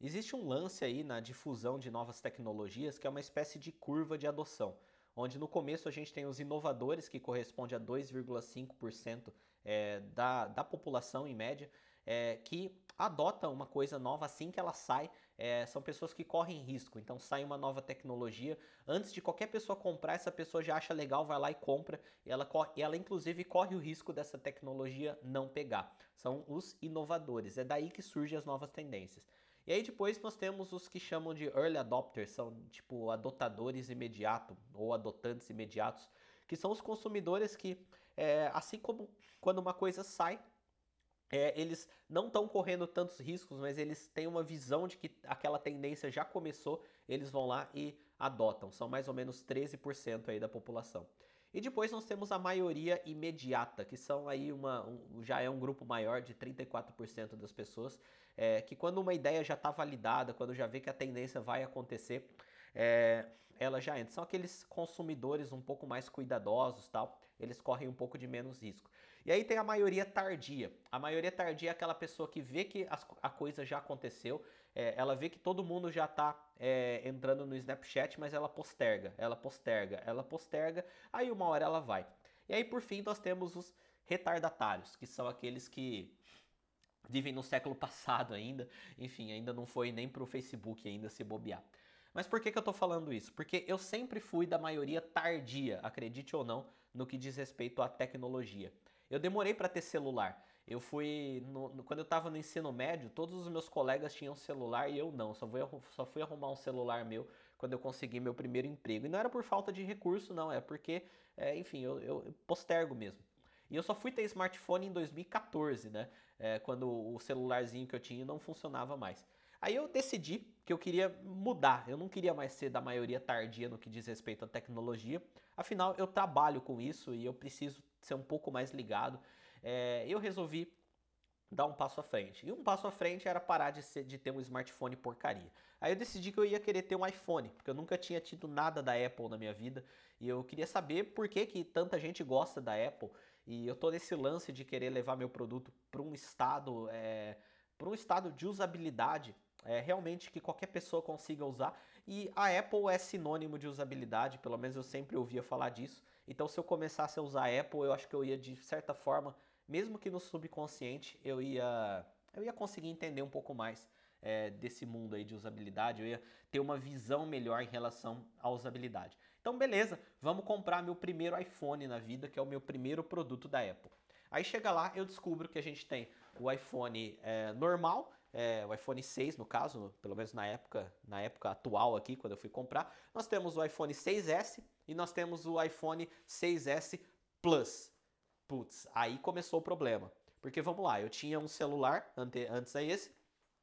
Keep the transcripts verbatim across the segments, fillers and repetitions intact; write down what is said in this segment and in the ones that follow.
Existe um lance aí na difusão de novas tecnologias que é uma espécie de curva de adoção, onde no começo a gente tem os inovadores, que corresponde a dois vírgula cinco por cento é, da, da população em média, é, que adota uma coisa nova assim que ela sai. É, são pessoas que correm risco, então sai uma nova tecnologia, antes de qualquer pessoa comprar, essa pessoa já acha legal, vai lá e compra, e ela, e ela inclusive corre o risco dessa tecnologia não pegar. São os inovadores, é daí que surgem as novas tendências. E aí depois nós temos os que chamam de early adopters, são tipo adotadores imediatos ou adotantes imediatos, que são os consumidores que, é, assim como quando uma coisa sai, é, eles não estão correndo tantos riscos, mas eles têm uma visão de que aquela tendência já começou, eles vão lá e adotam. São mais ou menos treze por cento aí da população. E depois nós temos a maioria imediata, que são aí uma, um, já é um grupo maior de trinta e quatro por cento das pessoas, é, que quando uma ideia já está validada, quando já vê que a tendência vai acontecer, é, ela já entra. São aqueles consumidores um pouco mais cuidadosos, tal, eles correm um pouco de menos risco. E aí tem a maioria tardia. A maioria tardia é aquela pessoa que vê que as, a coisa já aconteceu, é, ela vê que todo mundo já está é, entrando no Snapchat, mas ela posterga, ela posterga, ela posterga, aí uma hora ela vai. E aí por fim nós temos os retardatários, que são aqueles que vivem no século passado ainda, enfim, ainda não foi nem pro Facebook ainda se bobear. Mas por que, que eu tô falando isso? Porque eu sempre fui da maioria tardia, acredite ou não, no que diz respeito à tecnologia. Eu demorei para ter celular. Eu fui. No, no, quando eu estava no ensino médio, todos os meus colegas tinham celular e eu não. Só fui, só fui arrumar um celular meu quando eu consegui meu primeiro emprego. E não era por falta de recurso, não. É porque, é, enfim, eu, eu postergo mesmo. E eu só fui ter smartphone em dois mil e quatorze, né? É, quando o celularzinho que eu tinha não funcionava mais. Aí eu decidi que eu queria mudar, eu não queria mais ser da maioria tardia no que diz respeito à tecnologia, afinal eu trabalho com isso e eu preciso ser um pouco mais ligado. É, eu resolvi dar um passo à frente. E um passo à frente era parar de, ser, de ter um smartphone porcaria. Aí eu decidi que eu ia querer ter um iPhone, porque eu nunca tinha tido nada da Apple na minha vida. E eu queria saber por que, que tanta gente gosta da Apple. E eu tô nesse lance de querer levar meu produto para um estado, é, para um estado de usabilidade. É, realmente que qualquer pessoa consiga usar. E a Apple é sinônimo de usabilidade, pelo menos eu sempre ouvia falar disso. Então se eu começasse a usar a Apple, eu acho que eu ia de certa forma, mesmo que no subconsciente, eu ia, eu ia conseguir entender um pouco mais é, desse mundo aí de usabilidade, eu ia ter uma visão melhor em relação à usabilidade. Então, beleza, vamos comprar meu primeiro iPhone na vida, que é o meu primeiro produto da Apple. Aí chega lá, eu descubro que a gente tem o iPhone é, normal, é, o iPhone seis no caso, pelo menos na época, na época atual aqui, quando eu fui comprar. Nós temos o iPhone seis S e nós temos o iPhone seis S Plus. Putz, aí começou o problema. Porque vamos lá, eu tinha um celular ante, antes a esse,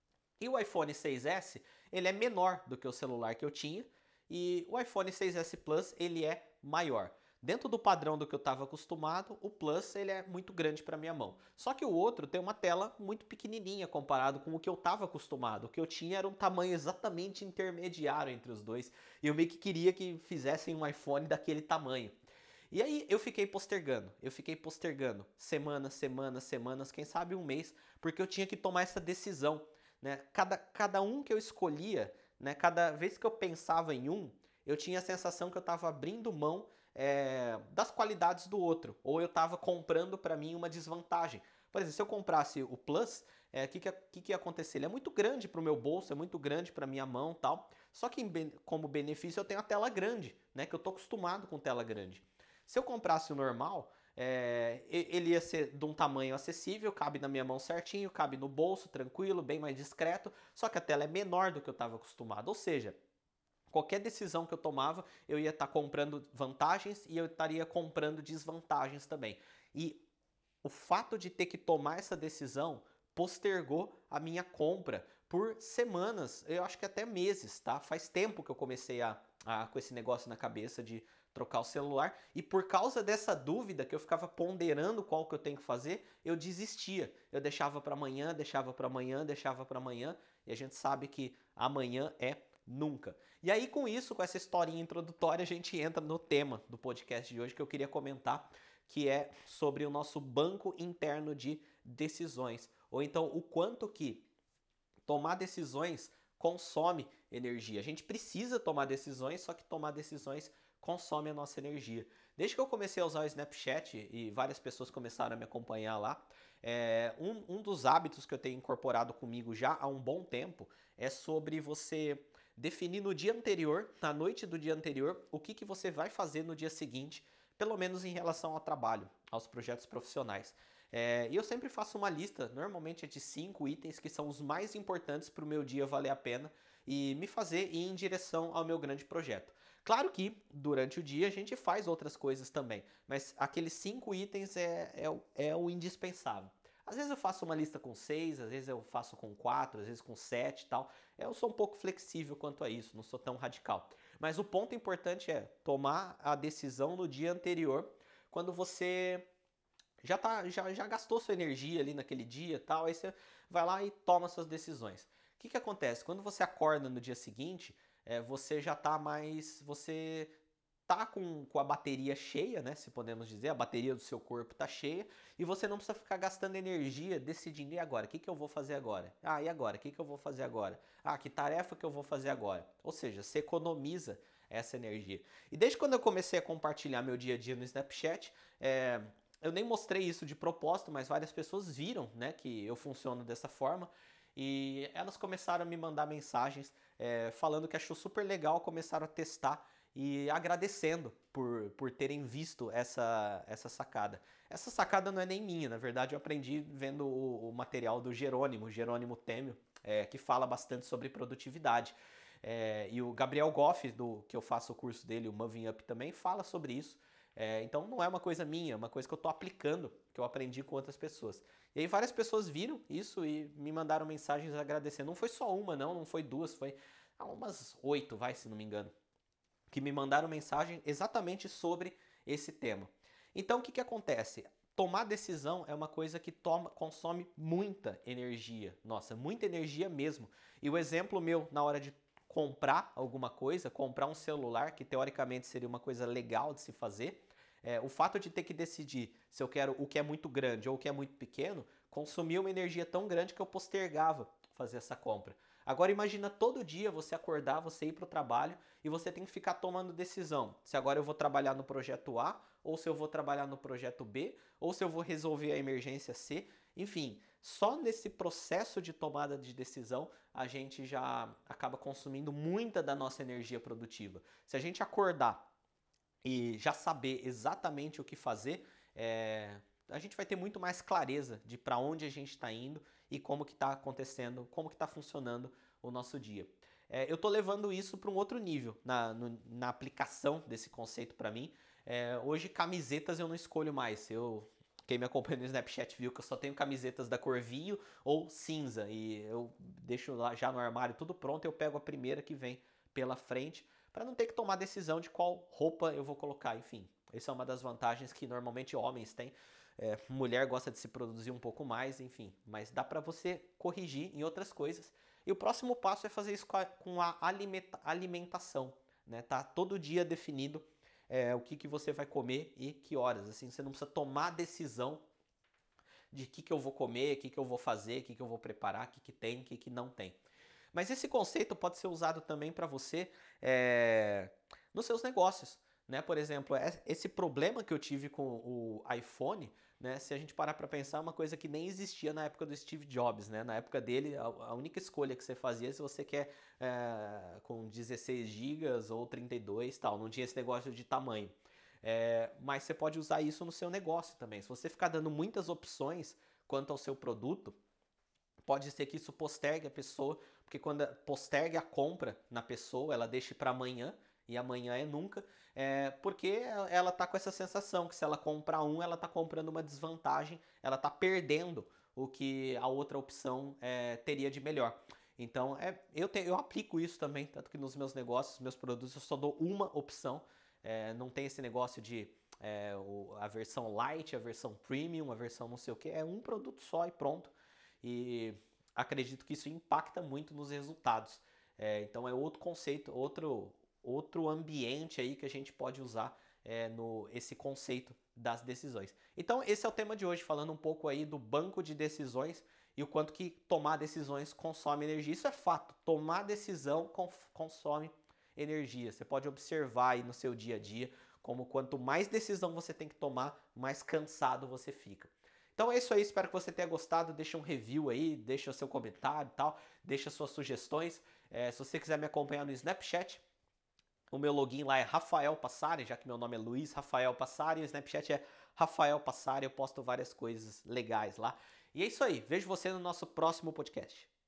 e o iPhone seis S, ele é menor do que o celular que eu tinha, e o iPhone seis S Plus, ele é maior. Dentro do padrão do que eu estava acostumado, o Plus ele é muito grande para minha mão. Só que o outro tem uma tela muito pequenininha comparado com o que eu estava acostumado. O que eu tinha era um tamanho exatamente intermediário entre os dois. E eu meio que queria que fizessem um iPhone daquele tamanho. E aí eu fiquei postergando, eu fiquei postergando semanas, semanas, semanas, quem sabe um mês, porque eu tinha que tomar essa decisão, né? Cada, cada um que eu escolhia, né? Cada vez que eu pensava em um, eu tinha a sensação que eu estava abrindo mão é, das qualidades do outro, ou eu estava comprando para mim uma desvantagem. Por exemplo, se eu comprasse o Plus, o é, que, que, que, que ia acontecer? Ele é muito grande para o meu bolso, é muito grande para minha mão, tal. Só que como benefício eu tenho a tela grande, né? Que eu estou acostumado com tela grande. Se eu comprasse o normal, é, ele ia ser de um tamanho acessível, cabe na minha mão certinho, cabe no bolso, tranquilo, bem mais discreto, só que a tela é menor do que eu estava acostumado. Ou seja, qualquer decisão que eu tomava, eu ia estar tá comprando vantagens e eu estaria comprando desvantagens também. E o fato de ter que tomar essa decisão postergou a minha compra por semanas, eu acho que até meses, tá? Faz tempo que eu comecei a, a com esse negócio na cabeça de trocar o celular e por causa dessa dúvida que eu ficava ponderando qual que eu tenho que fazer, eu desistia. Eu deixava para amanhã, deixava para amanhã, deixava para amanhã e a gente sabe que amanhã é nunca. E aí com isso, com essa historinha introdutória, a gente entra no tema do podcast de hoje que eu queria comentar, que é sobre o nosso banco interno de decisões, ou então o quanto que tomar decisões consome energia. A gente precisa tomar decisões, só que tomar decisões consome a nossa energia. Desde que eu comecei a usar o Snapchat e várias pessoas começaram a me acompanhar lá, é, um, um dos hábitos que eu tenho incorporado comigo já há um bom tempo é sobre você definir no dia anterior, na noite do dia anterior, o que, que você vai fazer no dia seguinte, pelo menos em relação ao trabalho, aos projetos profissionais. É, e eu sempre faço uma lista, normalmente é de cinco itens que são os mais importantes para o meu dia valer a pena e me fazer ir em direção ao meu grande projeto. Claro que durante o dia a gente faz outras coisas também, mas aqueles cinco itens é, é, é o indispensável. Às vezes eu faço uma lista com seis, às vezes eu faço com quatro, às vezes com sete e tal. Eu sou um pouco flexível quanto a isso, não sou tão radical. Mas o ponto importante é tomar a decisão no dia anterior, quando você já, tá, já, já gastou sua energia ali naquele dia e tal, aí você vai lá e toma suas decisões. O que, que acontece? Quando você acorda no dia seguinte, é, você já tá mais. Você tá com, com a bateria cheia, né? Se podemos dizer, a bateria do seu corpo tá cheia e você não precisa ficar gastando energia decidindo, e agora? O que, que eu vou fazer agora? Ah, e agora? O que, que eu vou fazer agora? Ah, que tarefa que eu vou fazer agora? Ou seja, você economiza essa energia. E desde quando eu comecei a compartilhar meu dia a dia no Snapchat, é, eu nem mostrei isso de propósito, mas várias pessoas viram, né, que eu funciono dessa forma. E elas começaram a me mandar mensagens é, falando que achou super legal, começaram a testar e agradecendo por, por terem visto essa, essa sacada. Essa sacada não é nem minha, na verdade eu aprendi vendo o, o material do Jerônimo, Jerônimo Temel, é, que fala bastante sobre produtividade. É, e o Gabriel Goff, do, que eu faço o curso dele, o Moving Up também, fala sobre isso. É, então não é uma coisa minha, é uma coisa que eu estou aplicando, que eu aprendi com outras pessoas. E aí várias pessoas viram isso e me mandaram mensagens agradecendo. Não foi só uma, não, não foi duas, foi umas oito, vai, se não me engano, que me mandaram mensagem exatamente sobre esse tema. Então o que, que acontece? Tomar decisão é uma coisa que toma, consome muita energia, nossa, muita energia mesmo. E o exemplo meu na hora de comprar alguma coisa, comprar um celular, que teoricamente seria uma coisa legal de se fazer, é, o fato de ter que decidir se eu quero o que é muito grande ou o que é muito pequeno, consumia uma energia tão grande que eu postergava fazer essa compra. Agora imagina todo dia você acordar, você ir para o trabalho e você tem que ficar tomando decisão. Se agora eu vou trabalhar no projeto A, ou se eu vou trabalhar no projeto B, ou se eu vou resolver a emergência C. Enfim, só nesse processo de tomada de decisão a gente já acaba consumindo muita da nossa energia produtiva. Se a gente acordar e já saber exatamente o que fazer, é, a gente vai ter muito mais clareza de para onde a gente está indo e como que está acontecendo, como que está funcionando o nosso dia. É, eu estou levando isso para um outro nível na, no, na aplicação desse conceito para mim. É, hoje camisetas eu não escolho mais. Eu, quem me acompanha no Snapchat viu que eu só tenho camisetas da cor vinho ou cinza e eu deixo lá já no armário tudo pronto. Eu pego a primeira que vem pela frente para não ter que tomar decisão de qual roupa eu vou colocar. Enfim, essa é uma das vantagens que normalmente homens têm. É, mulher gosta de se produzir um pouco mais, enfim, mas dá para você corrigir em outras coisas. E o próximo passo é fazer isso com a alimentação, né? Tá todo dia definido é, o que, que você vai comer e que horas. Assim, você não precisa tomar decisão de o que, que eu vou comer, o que, que eu vou fazer, o que, que eu vou preparar, o que, que tem, o que, que não tem. Mas esse conceito pode ser usado também para você é, nos seus negócios. Né? Por exemplo, esse problema que eu tive com o iPhone, né? Se a gente parar para pensar, é uma coisa que nem existia na época do Steve Jobs. Né? Na época dele, a única escolha que você fazia é se você quer é, com dezesseis gigas ou trinta e dois, tal. Não tinha esse negócio de tamanho. É, mas você pode usar isso no seu negócio também. Se você ficar dando muitas opções quanto ao seu produto, pode ser que isso postergue a pessoa, porque quando postergue a compra na pessoa, ela deixe para amanhã, e amanhã é nunca, é, porque ela tá com essa sensação que se ela comprar um, ela tá comprando uma desvantagem, ela tá perdendo o que a outra opção é, teria de melhor. Então, é, eu, te, eu aplico isso também, tanto que nos meus negócios, meus produtos, eu só dou uma opção, é, não tem esse negócio de é, o, a versão light, a versão premium, a versão não sei o que, é um produto só e pronto. E acredito que isso impacta muito nos resultados. É, então é outro conceito, outro, outro ambiente aí que a gente pode usar é, no esse conceito das decisões. Então esse é o tema de hoje, falando um pouco aí do banco de decisões e o quanto que tomar decisões consome energia. Isso é fato, tomar decisão consome energia. Você pode observar aí no seu dia a dia como quanto mais decisão você tem que tomar, mais cansado você fica. Então é isso aí, espero que você tenha gostado, deixa um review aí, deixa o seu comentário e tal, deixa suas sugestões. É, se você quiser me acompanhar no Snapchat, o meu login lá é Rafael Passari, já que meu nome é Luiz Rafael Passari, o Snapchat é Rafael Passari, eu posto várias coisas legais lá. E é isso aí, vejo você no nosso próximo podcast.